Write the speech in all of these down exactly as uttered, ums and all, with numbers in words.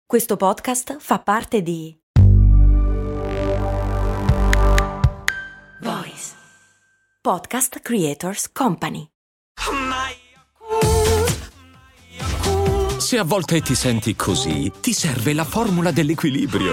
Questo podcast fa parte di Voice Podcast Creators Company. Se a volte ti senti così, ti serve la formula dell'equilibrio.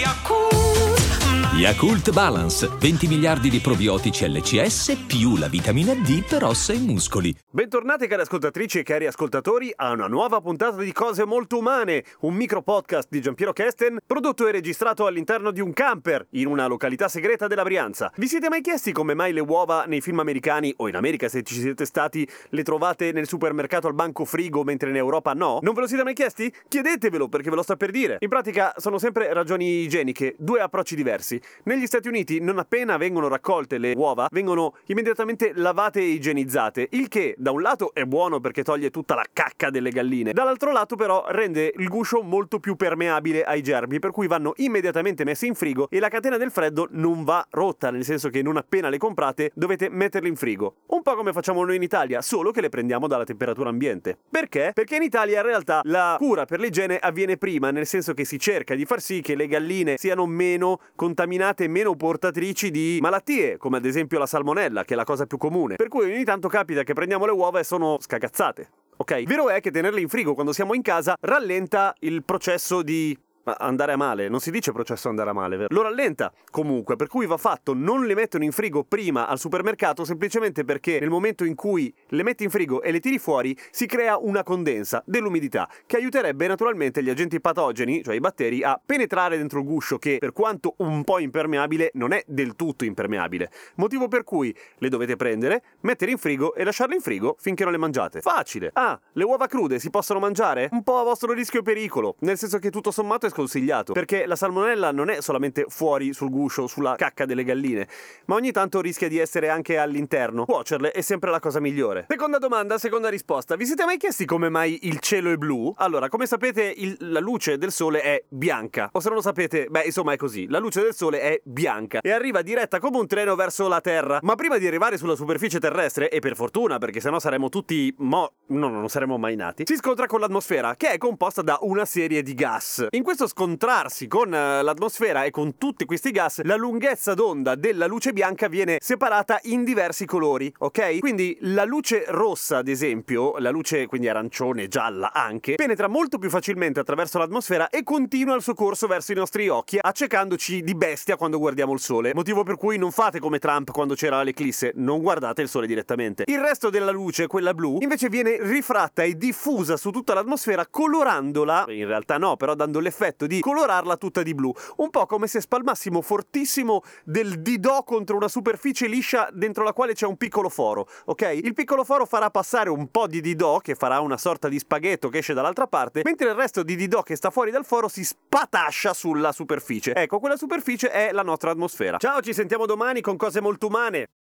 Yakult Balance, venti miliardi di probiotici L C S più la vitamina D per ossa e muscoli. Bentornati cari ascoltatrici e cari ascoltatori a una nuova puntata di Cose Molto Umane, un micro podcast di Giampiero Kesten, prodotto e registrato all'interno di un camper in una località segreta della Brianza. Vi siete mai chiesti come mai le uova nei film americani, o in America se ci siete stati, le trovate nel supermercato al banco frigo mentre in Europa no? Non ve lo siete mai chiesti? Chiedetevelo perché ve lo sto per dire. In pratica sono sempre ragioni igieniche, due approcci diversi. Negli Stati Uniti, non appena vengono raccolte le uova, vengono immediatamente lavate e igienizzate, il che da un lato è buono perché toglie tutta la cacca delle galline, dall'altro lato però rende il guscio molto più permeabile ai germi, per cui vanno immediatamente messe in frigo e la catena del freddo non va rotta, nel senso che non appena le comprate dovete metterle in frigo. Un po' come facciamo noi in Italia, solo che le prendiamo dalla temperatura ambiente. Perché? Perché in Italia in realtà la cura per l'igiene avviene prima, nel senso che si cerca di far sì che le galline siano meno contaminate, meno portatrici di malattie, come ad esempio la salmonella, che è la cosa più comune. Per cui ogni tanto capita che prendiamo le uova e sono scagazzate. Ok? Vero è che tenerle in frigo quando siamo in casa rallenta il processo di andare a male. Non si dice processo andare a male, vero? Lo rallenta comunque, per cui va fatto. Non le mettono in frigo prima al supermercato semplicemente perché nel momento in cui le metti in frigo e le tiri fuori si crea una condensa dell'umidità che aiuterebbe naturalmente gli agenti patogeni, cioè i batteri, a penetrare dentro il guscio, che per quanto un po' impermeabile non è del tutto impermeabile, motivo per cui le dovete prendere, mettere in frigo e lasciarle in frigo finché non le mangiate. Facile. Ah, le uova crude si possono mangiare? Un po' a vostro rischio e pericolo, nel senso che tutto sommato è sconsigliato, perché la salmonella non è solamente fuori sul guscio, sulla cacca delle galline, ma ogni tanto rischia di essere anche all'interno. Cuocerle è sempre la cosa migliore. Seconda domanda, seconda risposta. Vi siete mai chiesti come mai il cielo è blu? Allora, come sapete, il, la luce del sole è bianca. O se non lo sapete, beh, insomma è così. La luce del sole è bianca e arriva diretta come un treno verso la Terra. Ma prima di arrivare sulla superficie terrestre, e per fortuna, perché sennò saremmo tutti mo... no, non saremmo mai nati, si scontra con l'atmosfera, che è composta da una serie di gas. In questo scontrarsi con uh, l'atmosfera e con tutti questi gas, la lunghezza d'onda della luce bianca viene separata in diversi colori, ok? Quindi la luce rossa, ad esempio, la luce quindi arancione, gialla anche, penetra molto più facilmente attraverso l'atmosfera e continua il suo corso verso i nostri occhi, accecandoci di bestia quando guardiamo il sole, motivo per cui non fate come Trump quando c'era l'eclisse, non guardate il sole direttamente. Il resto della luce, quella blu, invece viene rifratta e diffusa su tutta l'atmosfera, colorandola, in realtà no, però dando l'effetto di colorarla tutta di blu, un po' come se spalmassimo fortissimo del didò contro una superficie liscia dentro la quale c'è un piccolo foro, ok? Il piccolo foro farà passare un po' di didò, che farà una sorta di spaghetto che esce dall'altra parte, mentre il resto di didò che sta fuori dal foro si spatascia sulla superficie. Ecco, quella superficie è la nostra atmosfera. Ciao, ci sentiamo domani con Cose Molto Umane!